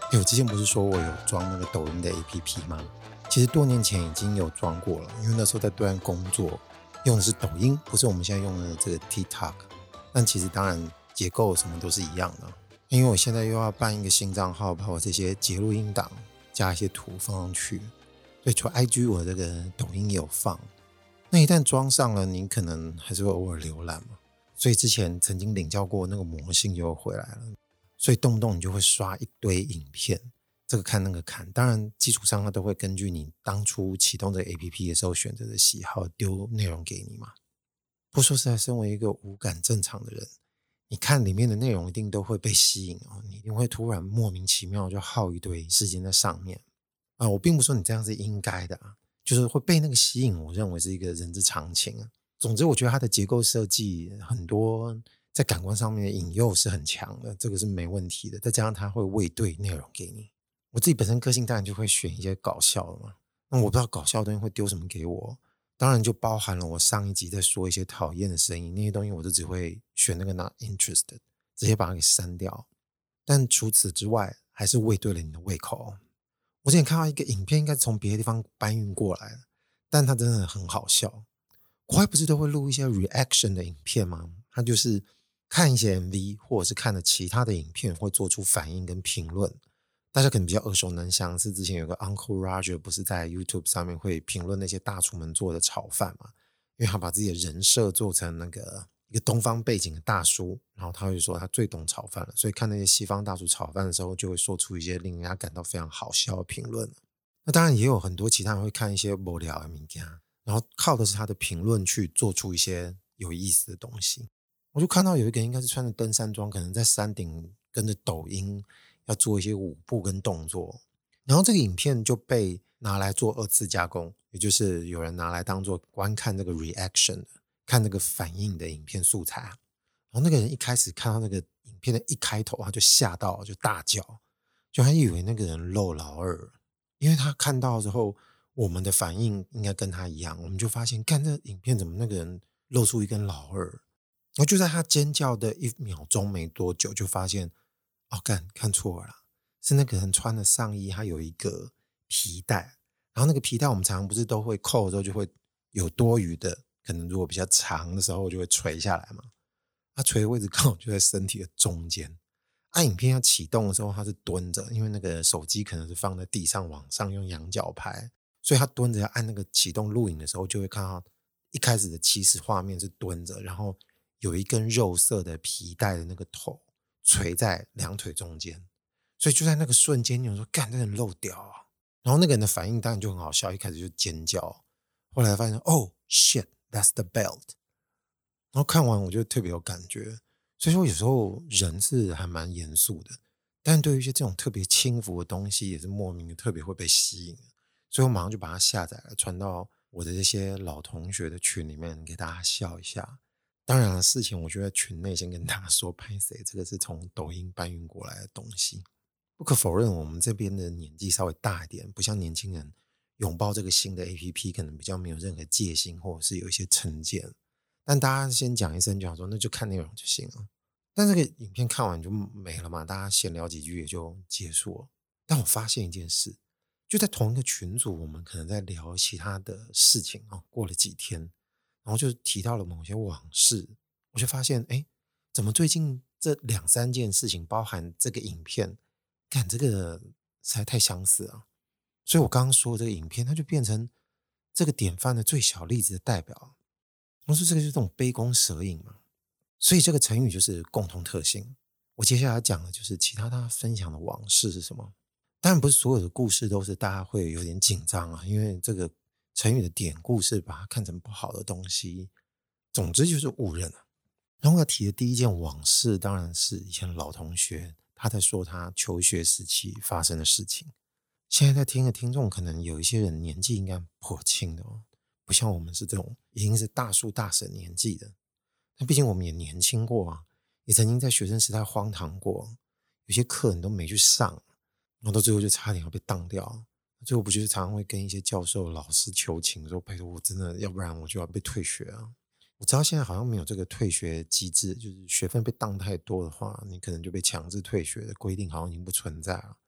我之前不是说我有装那个抖音的 APP 吗？其实多年前已经有装过了，因为那时候在对岸工作，用的是抖音，不是我们现在用的这个 TikTok。但其实当然结构什么都是一样的，因为我现在又要办一个新账号，把我这些截录音档加一些图放上去。所以除了 IG 我这个抖音也有放，那一旦装上了，你可能还是会偶尔浏览嘛。所以之前曾经领教过那个魔性就回来了，所以动不动你就会刷一堆影片，这个看那个看。当然基础上它都会根据你当初启动这个 APP 的时候选择的喜好丢内容给你嘛。不过说实在，身为一个五感正常的人，你看里面的内容一定都会被吸引哦，你一定会突然莫名其妙就耗一堆时间在上面我并不说你这样是应该的就是会被那个吸引，我认为是一个人之常情总之我觉得它的结构设计很多在感官上面的引诱是很强的，这个是没问题的，再加上它会喂对内容给你。我自己本身个性当然就会选一些搞笑的嘛，那我不知道搞笑的东西会丢什么给我，当然就包含了我上一集在说一些讨厌的声音，那些东西我就只会选那个 not interested， 直接把它给删掉。但除此之外还是喂对了你的胃口我之前看到一个影片，应该从别的地方搬运过来的，但它真的很好笑。国外不是都会录一些 reaction 的影片吗？他就是看一些 MV 或者是看了其他的影片会做出反应跟评论。大家可能比较耳熟能详是之前有个 Uncle Roger 不是在 YouTube 上面会评论那些大厨们做的炒饭嘛，因为他把自己的人设做成那个一个东方背景的大叔，然后他会说他最懂炒饭了，所以看那些西方大厨炒饭的时候就会说出一些令人家感到非常好笑的评论。那当然也有很多其他人会看一些无聊的影片，然后靠的是他的评论去做出一些有意思的东西。我就看到有一个人应该是穿着登山装，可能在山顶跟着抖音要做一些舞步跟动作，然后这个影片就被拿来做二次加工，也就是有人拿来当做观看这个 reaction 的，看那个反应的影片素材然后那个人一开始看到那个影片的一开头，他就吓到就大叫，就他以为那个人露老二，因为他看到之后我们的反应应该跟他一样，我们就发现干这影片怎么那个人露出一根老二，然后就在他尖叫的1秒钟没多久就发现干看错了啦，是那个人穿的上衣他有一个皮带，然后那个皮带我们常常不是都会扣的时候就会有多余的，可能如果比较长的时候就会垂下来嘛，他垂的位置刚好就在身体的中间影片要启动的时候他是蹲着，因为那个手机可能是放在地上往上用仰角拍，所以他蹲着要按那个启动录影的时候就会看到一开始的起始画面是蹲着，然后有一根肉色的皮带的那个头垂在两腿中间，所以就在那个瞬间你有说干，那个人漏掉然后那个人的反应当然就很好笑，一开始就尖叫，后来发现Oh shit that's the belt， 然后看完我就特别有感觉。所以说有时候人是还蛮严肃的，但对于一些这种特别轻浮的东西也是莫名的特别会被吸引，所以我马上就把它下载了，传到我的这些老同学的群里面给大家笑一下。当然了，事情我就在群内先跟大家说拍谁，这个是从抖音搬运过来的东西。不可否认我们这边的年纪稍微大一点，不像年轻人拥抱这个新的 APP 可能比较没有任何戒心或者是有一些成见，但大家先讲一声就好说那就看内容就行了，但这个影片看完就没了嘛，大家闲聊几句也就结束了。但我发现一件事，就在同一个群组我们可能在聊其他的事情过了几天然后就提到了某些往事，我就发现怎么最近这2-3件事情包含这个影片干这个实在太相似了，所以我刚刚说的这个影片它就变成这个典范的最小例子的代表。我说这个就是这种杯弓蛇影嘛，所以这个成语就是共同特性。我接下来讲的就是其他大家分享的往事是什么。当然不是所有的故事都是大家会有点紧张因为这个成语的典故是把它看成不好的东西，总之就是误认了。然后要提的第一件往事当然是以前老同学他在说他求学时期发生的事情。现在在听的听众可能有一些人年纪应该颇轻的不像我们是这种已经是大叔大婶年纪的，但毕竟我们也年轻过也曾经在学生时代荒唐过，有些课你都没去上，然后到最后就差点要被当掉，最后不就是常常会跟一些教授老师求情说拜托我真的要不然我就要被退学我知道现在好像没有这个退学机制，就是学分被当太多的话你可能就被强制退学的规定好像已经不存在了，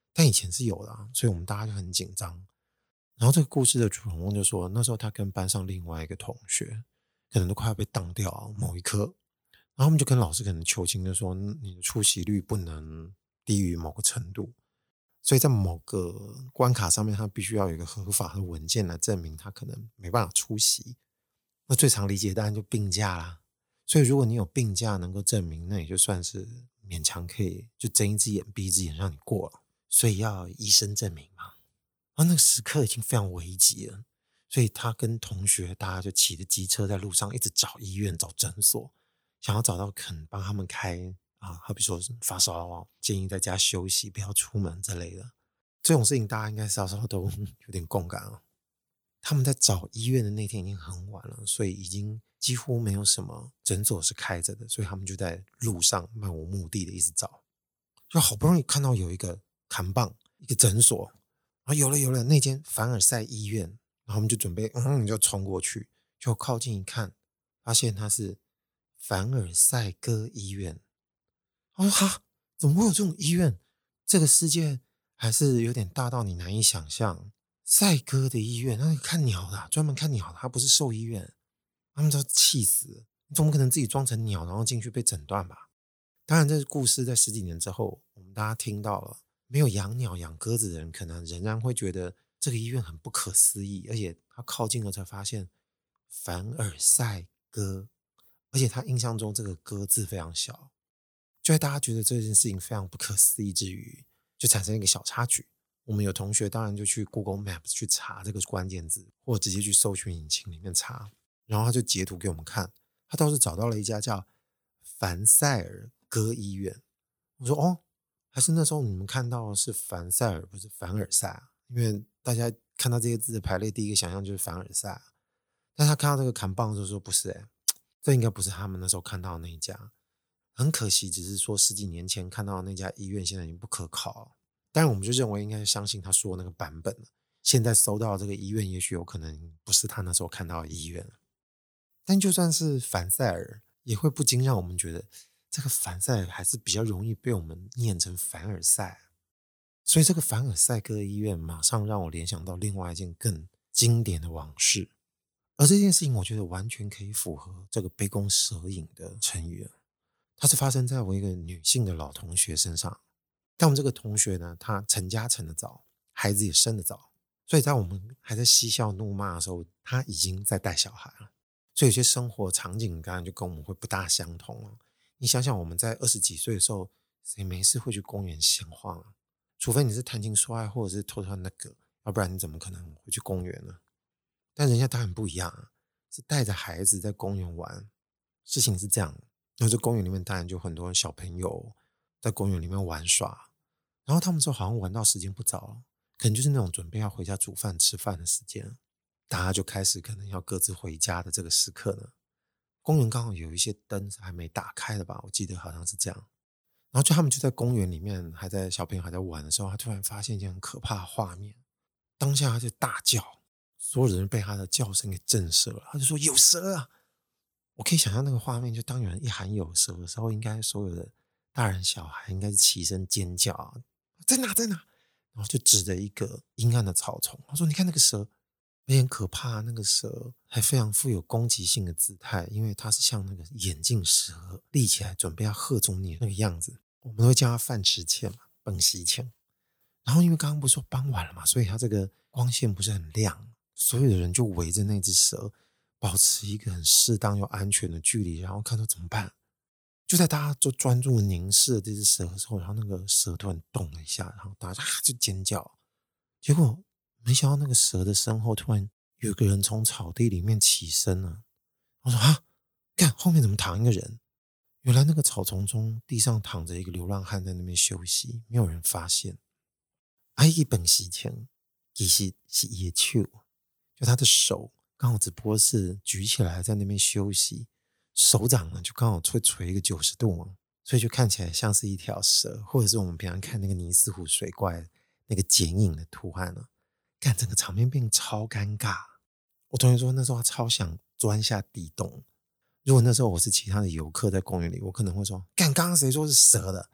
但以前是有的所以我们大家就很紧张。然后这个故事的主人公就说，那时候他跟班上另外一个同学可能都快要被当掉某一科，然后他们就跟老师可能求情的说，你的出席率不能低于某个程度，所以在某个关卡上面他必须要有一个合法的文件来证明他可能没办法出席。那最常理解当然就病假啦，所以如果你有病假能够证明，那也就算是勉强可以就睁一只眼闭一只眼让你过了，所以要医生证明嘛。然后那个时刻已经非常危急了，所以他跟同学大家就骑着机车在路上一直找医院找诊所，想要找到肯帮他们开好比说发烧建议在家休息不要出门之类的。这种事情大家应该稍稍都有点共感他们在找医院的那天已经很晚了，所以已经几乎没有什么诊所是开着的，所以他们就在路上漫无目的的一直找，就好不容易看到有一个看棒一个诊所有了那间凡尔赛医院，然后我们就准备就冲过去，就靠近一看，发现它是凡尔赛歌医院。我说哈，怎么会有这种医院？这个世界还是有点大到你难以想象。赛鸽的医院，那看鸟的专门看鸟的，它不是兽医院。他们都气死了，你总不可能自己装成鸟然后进去被诊断吧。当然这个故事在10几年之后我们大家听到了，没有养鸟养鸽子的人可能仍然会觉得这个医院很不可思议，而且他靠近了才发现凡尔赛鸽，而且他印象中这个鸽字非常小，就在大家觉得这件事情非常不可思议之余，就产生一个小插曲。我们有同学当然就去 Google Maps 去查这个关键字，或者直接去搜寻引擎里面查，然后他就截图给我们看，他倒是找到了一家叫凡塞尔歌医院。我说还是那时候你们看到的是凡塞尔不是凡尔赛因为大家看到这些字的排列第一个想象就是凡尔赛但他看到这个砍棒的时候说不是这应该不是他们那时候看到的那一家。很可惜只是说10几年前看到的那家医院现在已经不可考了，当然我们就认为应该相信他说的那个版本了，现在搜到这个医院也许有可能不是他那时候看到的医院了。但就算是凡塞尔也会不禁让我们觉得这个凡塞尔还是比较容易被我们念成凡尔赛，所以这个凡尔赛歌医院马上让我联想到另外一件更经典的往事，而这件事情我觉得完全可以符合这个杯弓蛇影的成语它是发生在我一个女性的老同学身上。但我们这个同学呢，她成家成得早，孩子也生得早，所以在我们还在嬉笑怒骂的时候，她已经在带小孩了。所以有些生活场景当然就跟我们会不大相同你想想我们在20几岁的时候，谁没事会去公园闲晃除非你是谈情说爱或者是偷偷那个，要不然你怎么可能会去公园呢？但人家当然不一样是带着孩子在公园玩。事情是这样然后这公园里面当然就很多小朋友在公园里面玩耍，然后他们说好像玩到时间不早可能就是那种准备要回家煮饭吃饭的时间，大家就开始可能要各自回家的这个时刻呢。公园刚好有一些灯还没打开的吧，我记得好像是这样。然后他们就在公园里面小朋友还在玩的时候，他突然发现一件很可怕的画面，当下他就大叫，所有人被他的叫声给震慑了，他就说有蛇啊！我可以想象那个画面，就当有人一喊有蛇的时候，应该所有的大人小孩应该是齐声尖叫在哪在哪，然后就指着一个阴暗的草丛，他说你看那个蛇，有点可怕，那个蛇还非常富有攻击性的姿态，因为它是像那个眼镜蛇立起来准备要喝中你那个样子，我们会叫它饭池茜嘛，本溪茜。然后因为刚刚不是说傍晚了嘛，所以它这个光线不是很亮，所有的人就围着那只蛇保持一个很适当又安全的距离，然后看说怎么办。就在大家就专注凝视了这只蛇的时候，然后那个蛇突然动了一下，然后大家就尖叫。结果没想到那个蛇的身后突然有个人从草地里面起身了。我说干后面怎么躺一个人？原来那个草丛中地上躺着一个流浪汉在那边休息，没有人发现。他本时前其实是他的手，就他的手刚好只不过是举起来在那边休息，手掌呢就刚好会垂一个90度所以就看起来像是一条蛇，或者是我们平常看那个尼斯湖水怪那个剪影的图案干整个场面变超尴尬。我同学说那时候他超想钻下地洞，如果那时候我是其他的游客在公园里，我可能会说干刚刚谁说是蛇的，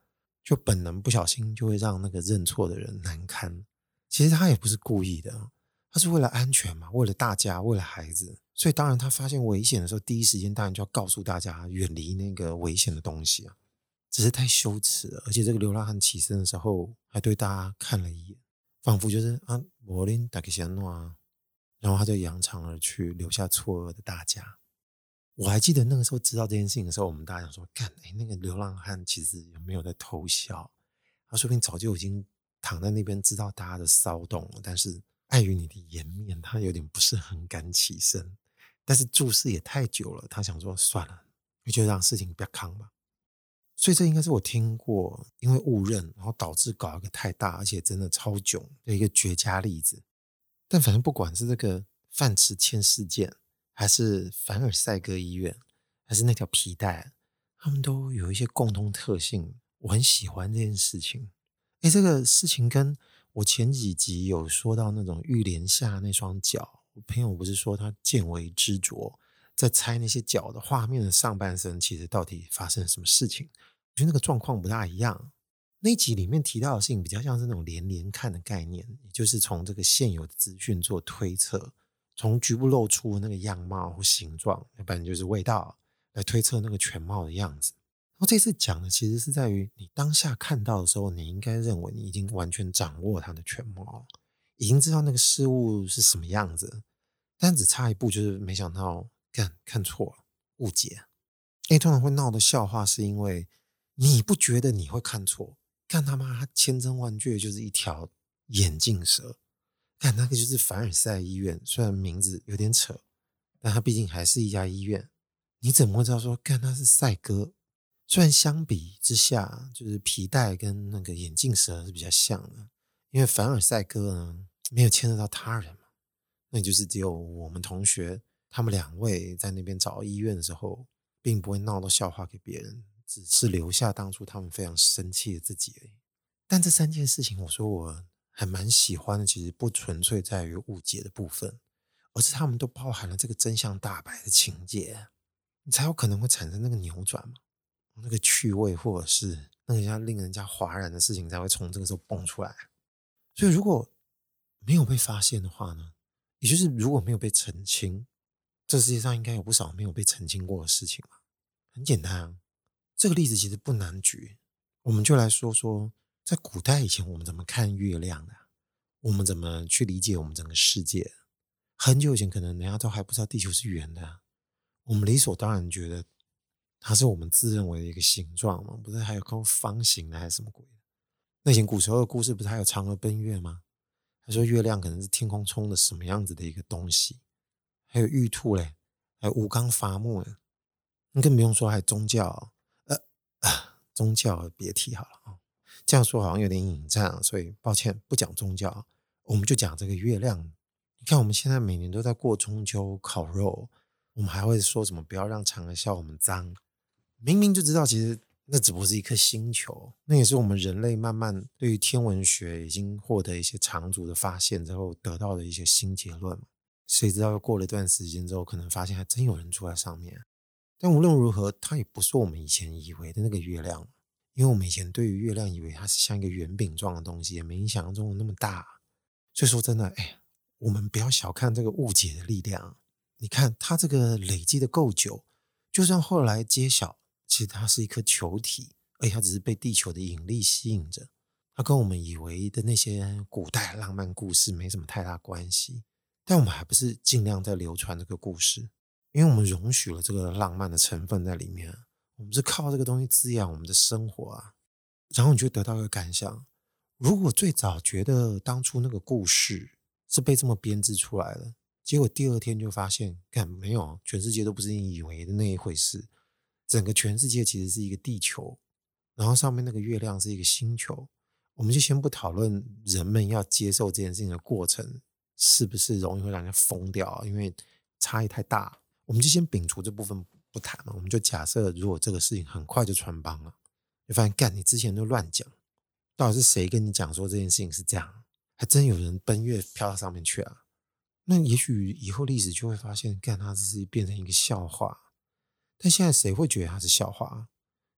就本能不小心就会让那个认错的人难堪。其实他也不是故意的，他是为了安全嘛，为了大家，为了孩子，所以当然他发现危险的时候，第一时间当然就要告诉大家远离那个危险的东西啊。只是太羞耻了，而且这个流浪汉起身的时候还对大家看了一眼，仿佛就是啊，我恁大家是怎样啊，然后他就扬长而去，留下错愕的大家。我还记得那个时候知道这件事情的时候，我们大家想说，干，那个流浪汉其实有没有在偷笑？他说不定早就已经躺在那边知道大家的骚动了，但是碍于你的颜面，他有点不是很敢起身。但是注视也太久了，他想说算了，就让事情不要扛吧。所以这应该是我听过因为误认然后导致搞一个太大而且真的超囧的一个绝佳例子。但反正不管是这个范驰签事件，还是凡尔赛哥医院，还是那条皮带，他们都有一些共同特性，我很喜欢这件事情。这个事情跟我前几集有说到那种玉莲下那双脚，我朋友不是说他见微知著，在猜那些脚的画面的上半身其实到底发生了什么事情，我觉得那个状况不大一样。那一集里面提到的事情比较像是那种连连看的概念，也就是从这个现有的资讯做推测，从局部露出那个样貌或形状，要不然就是味道，来推测那个全貌的样子。然后这次讲的其实是在于你当下看到的时候，你应该认为你已经完全掌握它的全貌，已经知道那个事物是什么样子，但只差一步就是没想到看错了，误解。通常会闹的笑话是因为你不觉得你会看错，干他妈他千真万确就是一条眼镜蛇，干那个就是凡尔赛医院，虽然名字有点扯，但它毕竟还是一家医院。你怎么会知道说干他是赛哥？虽然相比之下，就是皮带跟那个眼镜蛇是比较像的，因为凡尔赛哥呢没有牵涉到他人嘛，那也就是只有我们同学他们两位在那边找医院的时候，并不会闹到笑话给别人，只是留下当初他们非常生气的自己而已。但这三件事情，我说我还蛮喜欢的，其实不纯粹在于误解的部分，而是他们都包含了这个真相大白的情节，你才有可能会产生那个扭转嘛。那个趣味或者是那个令人家哗然的事情才会从这个时候蹦出来。所以如果没有被发现的话呢，也就是如果没有被澄清，这世界上应该有不少没有被澄清过的事情嘛。很简单啊，这个例子其实不难举，我们就来说说在古代以前我们怎么看月亮的，我们怎么去理解我们整个世界。很久以前可能人家都还不知道地球是圆的，我们理所当然觉得它是我们自认为的一个形状嘛，不是还有个方形的还是什么鬼的？那以前古时候的故事不是还有嫦娥奔月吗？他说月亮可能是天空中的什么样子的一个东西，还有玉兔嘞，还有吴刚伐木嘞，你更不用说还有宗教，宗教别提好了啊，这样说好像有点引战啊，所以抱歉不讲宗教，我们就讲这个月亮。你看我们现在每年都在过中秋烤肉，我们还会说什么不要让嫦娥笑我们脏，明明就知道其实那只不过是一颗星球，那也是我们人类慢慢对于天文学已经获得一些长足的发现之后得到的一些新结论。谁知道又过了一段时间之后，可能发现还真有人住在上面。但无论如何，它也不是我们以前以为的那个月亮，因为我们以前对于月亮以为它是像一个圆饼状的东西，也没你想象中的那么大。所以说真的，我们不要小看这个误解的力量。你看它这个累积的够久，就算后来揭晓，其实它是一颗球体，而且它只是被地球的引力吸引着，它跟我们以为的那些古代浪漫故事没什么太大关系。但我们还不是尽量在流传这个故事，因为我们容许了这个浪漫的成分在里面，我们是靠这个东西滋养我们的生活啊。然后你就得到一个感想，如果最早觉得当初那个故事是被这么编织出来的，结果第二天就发现干没有，全世界都不是你以为的那一回事，整个全世界其实是一个地球，然后上面那个月亮是一个星球。我们就先不讨论人们要接受这件事情的过程是不是容易会让人疯掉，因为差异太大，我们就先摒除这部分不谈嘛。我们就假设如果这个事情很快就穿帮了，就发现干你之前都乱讲，到底是谁跟你讲说这件事情是这样，还真有人奔月飘到上面去啊。那也许以后历史就会发现干它是变成一个笑话，但现在谁会觉得它是笑话？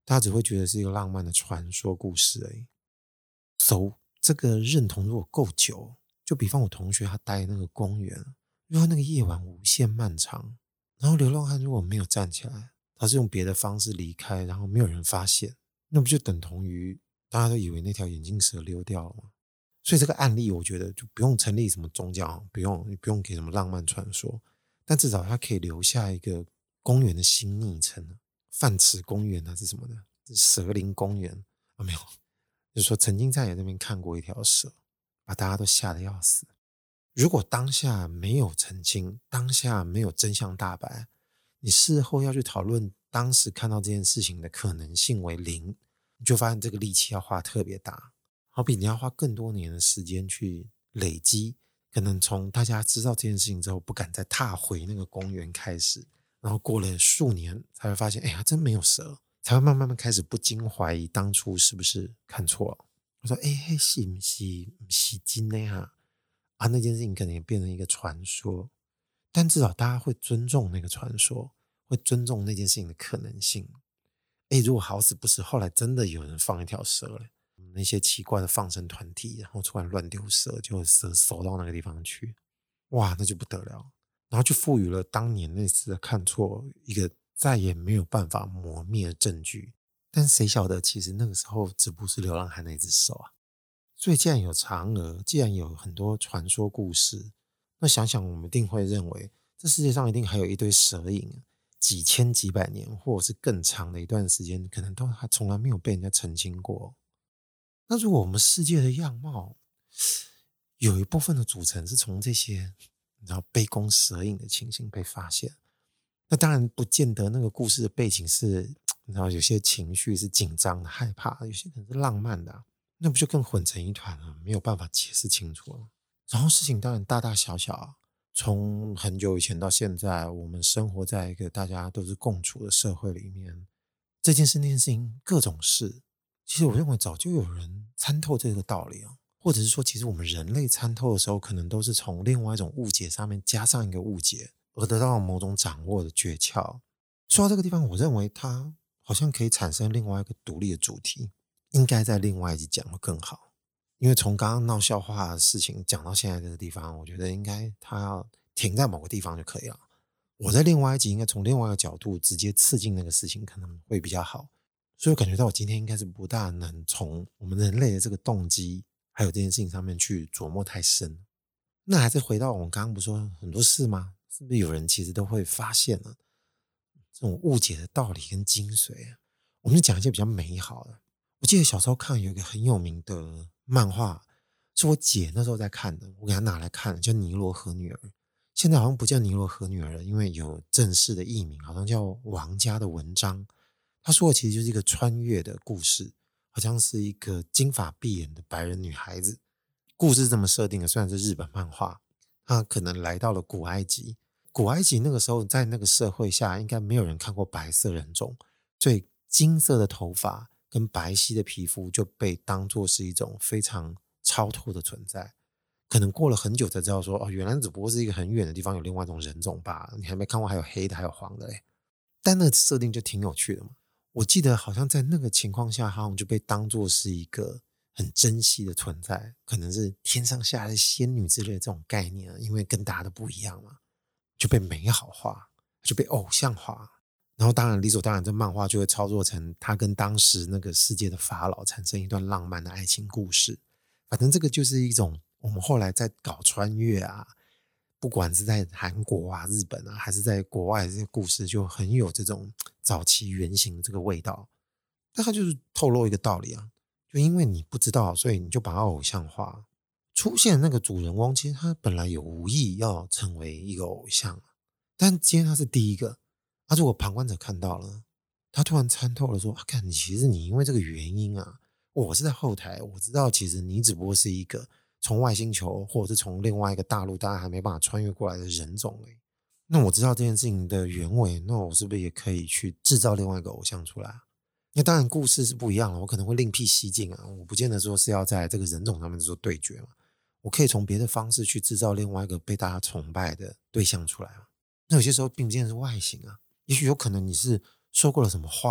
大家只会觉得是一个浪漫的传说故事而已。这个认同如果够久，就比方我同学他待那个公园，如果那个夜晚无限漫长，然后流浪汉如果没有站起来，他是用别的方式离开，然后没有人发现，那不就等同于大家都以为那条眼镜蛇溜掉了吗？所以这个案例我觉得就不用成立什么宗教，不用给什么浪漫传说，但至少它可以留下一个公园的新昵称，范池公园还是什么的，蛇林公园啊，没有，就是说曾经在那边看过一条蛇，把大家都吓得要死。如果当下没有澄清，当下没有真相大白，你事后要去讨论当时看到这件事情的可能性为零，你就发现这个力气要花特别大，好比你要花更多年的时间去累积，可能从大家知道这件事情之后不敢再踏回那个公园开始，然后过了数年才会发现，哎呀，真没有蛇，才会慢慢开始不禁怀疑当初是不是看错了。我说，哎，是不是真的啊，那件事情可能也变成一个传说，但至少大家会尊重那个传说，会尊重那件事情的可能性。如果好死不死后来真的有人放一条蛇了，那些奇怪的放生团体然后突然乱丢蛇，就蛇收到那个地方去，哇，那就不得了，然后就赋予了当年那次的看错一个再也没有办法磨灭的证据。但谁晓得其实那个时候只不过是流浪汉那只手啊。所以既然有嫦娥，既然有很多传说故事，那想想我们一定会认为这世界上一定还有一堆蛇影，几千几百年或者是更长的一段时间，可能都还从来没有被人家澄清过。那如果我们世界的样貌有一部分的组成是从这些你知道杯弓蛇影的情形被发现，那当然不见得那个故事的背景是你知道有些情绪是紧张的害怕，有些可能是浪漫的那不就更混成一团了，没有办法解释清楚了。然后事情当然大大小小从很久以前到现在，我们生活在一个大家都是共处的社会里面，这件事那件事情各种事，其实我认为早就有人参透这个道理或者是说其实我们人类参透的时候，可能都是从另外一种误解上面加上一个误解，而得到某种掌握的诀窍。说到这个地方，我认为它好像可以产生另外一个独立的主题，应该在另外一集讲会更好。因为从刚刚闹笑话的事情讲到现在这个地方，我觉得应该它要停在某个地方就可以了。我在另外一集应该从另外一个角度直接刺进那个事情可能会比较好。所以我感觉到我今天应该是不大能从我们人类的这个动机还有这件事情上面去琢磨太深。那还是回到我们刚刚不是说很多事吗？是不是有人其实都会发现了这种误解的道理跟精髓我们就讲一些比较美好的。我记得小时候看有一个很有名的漫画，是我姐那时候在看的，我给她拿来看，叫《尼罗河女儿》。现在好像不叫《尼罗河女儿》了，因为有正式的译名，好像叫王家的文章。他说的其实就是一个穿越的故事，好像是一个金发碧眼的白人女孩子。故事是这么设定的，虽然是日本漫画，她可能来到了古埃及。古埃及那个时候在那个社会下，应该没有人看过白色人种，所以金色的头发跟白皙的皮肤就被当作是一种非常超脱的存在。可能过了很久才知道说，哦，原来只不过是一个很远的地方有另外一种人种吧，你还没看过还有黑的还有黄的嘞。但那个设定就挺有趣的嘛。我记得好像在那个情况下，好像就被当作是一个很珍惜的存在，可能是天上下来的仙女之类的这种概念因为跟大家都不一样嘛，就被美好化，就被偶像化。然后当然理所当然这漫画就会操作成他跟当时那个世界的法老产生一段浪漫的爱情故事。反正这个就是一种我们后来在搞穿越不管是在韩国日本还是在国外这些故事就很有这种早期原型这个味道。但它就是透露一个道理就因为你不知道，所以你就把它偶像化。出现那个主人翁其实他本来有无意要成为一个偶像，但今天他是第一个如果旁观者看到了，他突然参透了说看其实你因为这个原因我是在后台，我知道其实你只不过是一个从外星球或者是从另外一个大陆大家还没办法穿越过来的人种而已。那我知道这件事情的原委，那我是不是也可以去制造另外一个偶像出来那当然故事是不一样了，我可能会另辟蹊径我不见得说是要在这个人种上面做对决嘛，我可以从别的方式去制造另外一个被大家崇拜的对象出来那有些时候并不见得是外形也许有可能你是受过了什么话，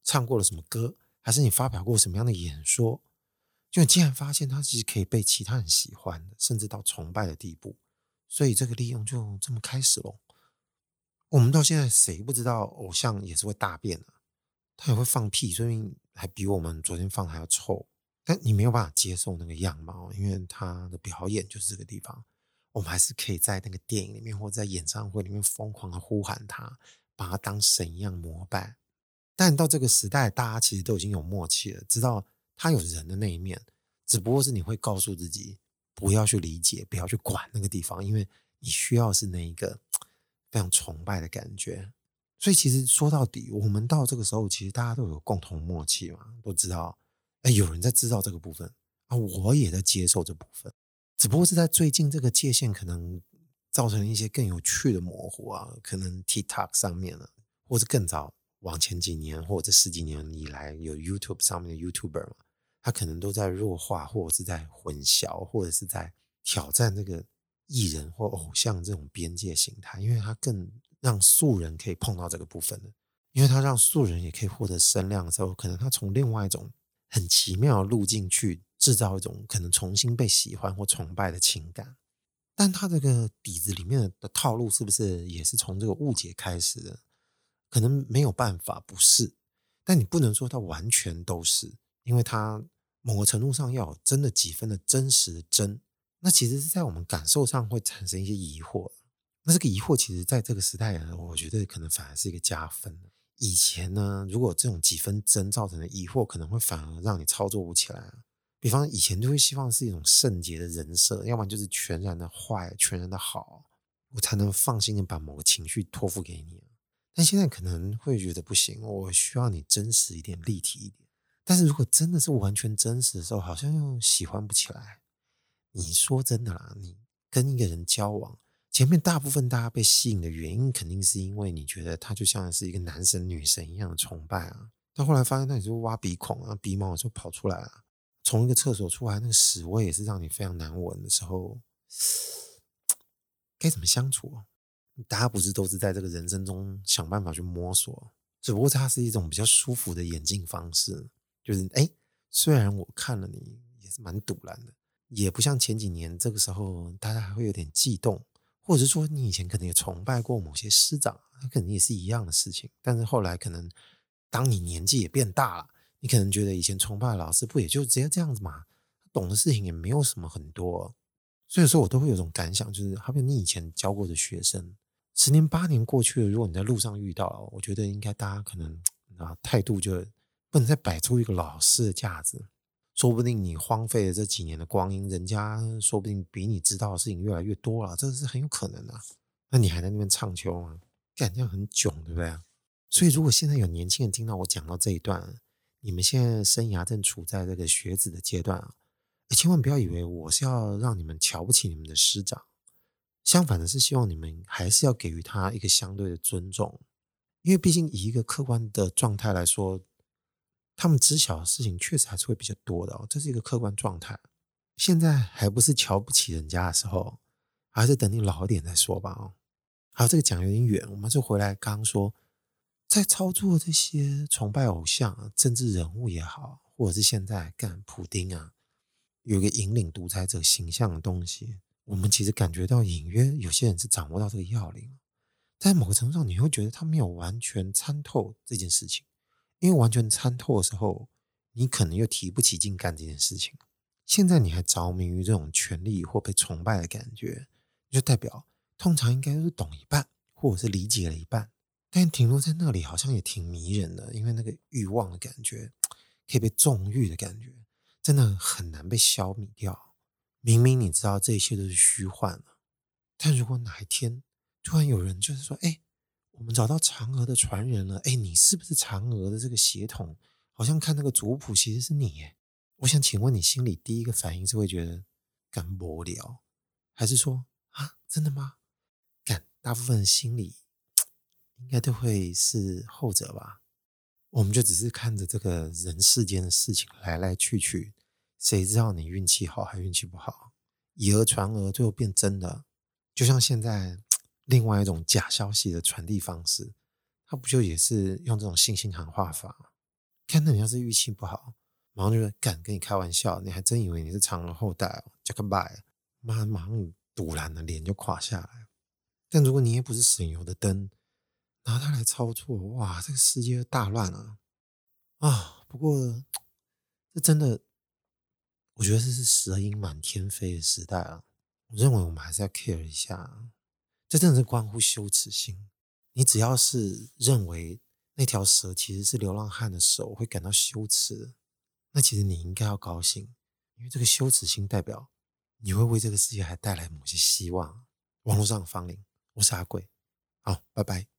唱过了什么歌，还是你发表过什么样的演说，就你竟然发现它其实可以被其他人喜欢的，甚至到崇拜的地步。所以这个利用就这么开始咯。我们到现在谁不知道偶像也是会大便的，他也会放屁，所以还比我们昨天放的还要臭。但你没有办法接受那个样貌，因为他的表演就是这个地方。我们还是可以在那个电影里面或者在演唱会里面疯狂的呼喊他，把他当神一样膜拜。但到这个时代，大家其实都已经有默契了，知道他有人的那一面，只不过是你会告诉自己不要去理解，不要去管那个地方，因为你需要是那一个非常崇拜的感觉。所以其实说到底，我们到这个时候，其实大家都有共同默契嘛，都知道，有人在知道这个部分啊，我也在接受这部分，只不过是在最近这个界限可能造成一些更有趣的模糊啊，可能 TikTok 上面了，或是更早往前几年或者十几年以来有 YouTube 上面的 YouTuber 嘛，他可能都在弱化，或者是在混淆，或者是在挑战这个艺人或偶像这种边界形态，因为他更让素人可以碰到这个部分的，因为他让素人也可以获得声量的时候，可能他从另外一种很奇妙的路径去制造一种可能重新被喜欢或崇拜的情感。但他这个底子里面的套路是不是也是从这个误解开始的？可能没有办法不是，但你不能说它完全都是，因为它某个程度上要有真的几分的真实的真，那其实是在我们感受上会产生一些疑惑。那这个疑惑其实在这个时代呢，我觉得可能反而是一个加分。以前呢，如果这种几分真造成的疑惑，可能会反而让你操作不起来。比方以前就会希望是一种圣洁的人设，要不然就是全然的坏，全然的好，我才能放心的把某个情绪托付给你。但现在可能会觉得不行，我需要你真实一点，立体一点。但是如果真的是完全真实的时候，好像又喜欢不起来。你说真的啦，你跟一个人交往，前面大部分大家被吸引的原因，肯定是因为你觉得他就像是一个男神女神一样的崇拜啊。到后来发现，那你就挖鼻孔啊，鼻毛就跑出来了。从一个厕所出来，那个屎味也是让你非常难闻的时候，该怎么相处啊？大家不是都是在这个人生中想办法去摸索，只不过它是一种比较舒服的演进方式。就是虽然我看了你也是蛮堵然的，也不像前几年这个时候大家还会有点悸动，或者是说你以前可能也崇拜过某些师长，他可能也是一样的事情。但是后来可能当你年纪也变大了，你可能觉得以前崇拜的老师不也就直接这样子嘛，他懂的事情也没有什么很多。所以说我都会有种感想，就是好比你以前教过的学生，10年8年过去了，如果你在路上遇到，我觉得应该大家可能态度就不能再摆出一个老师的架子。说不定你荒废了这几年的光阴，人家说不定比你知道的事情越来越多了，这是很有可能的。那你还在那边唱秋吗？干这样很囧，对不对？所以如果现在有年轻人听到我讲到这一段，你们现在生涯正处在这个学子的阶段啊，千万不要以为我是要让你们瞧不起你们的师长，相反的是希望你们还是要给予他一个相对的尊重，因为毕竟以一个客观的状态来说，他们知晓的事情确实还是会比较多的哦，这是一个客观状态。现在还不是瞧不起人家的时候，还是等你老一点再说吧哦。好，这个讲有点远，我们就回来刚刚说，在操作这些崇拜偶像啊、政治人物也好，或者是现在干普丁啊，有一个引领独裁者形象的东西，我们其实感觉到隐约有些人是掌握到这个要领，在某个程度上你会觉得他没有完全参透这件事情，因为完全参透的时候，你可能又提不起劲干这件事情。现在你还着迷于这种权力或被崇拜的感觉，就代表通常应该是懂一半，或者是理解了一半，但停留在那里好像也挺迷人的，因为那个欲望的感觉，可以被纵欲的感觉，真的很难被消弭掉。明明你知道这一切都是虚幻了，但如果哪一天突然有人就是说，我们找到嫦娥的传人了，你是不是嫦娥的这个血统？好像看那个族谱其实是你耶。我想请问你心里第一个反应是会觉得干无聊，还是说啊真的吗？干大部分人心里应该都会是后者吧。我们就只是看着这个人世间的事情来来去去，谁知道你运气好还运气不好？以讹传讹，最后变真的，就像现在另外一种假消息的传递方式，它不就也是用这种信心喊话法？ 看到你要是运气不好，马上就会干跟你开玩笑，你还真以为你是长而后代哦，加个拜，马上堵然的脸就垮下来。但如果你也不是省油的灯，拿它来操作，哇，这个世界就大乱了不过这真的，我觉得这是蛇鹰满天飞的时代啊。我认为我们还是要 care 一下，这真的是关乎羞耻心。你只要是认为那条蛇其实是流浪汉的手会感到羞耻的，那其实你应该要高兴，因为这个羞耻心代表你会为这个世界还带来某些希望。网络上的芳龄，我是阿贵，好，拜拜。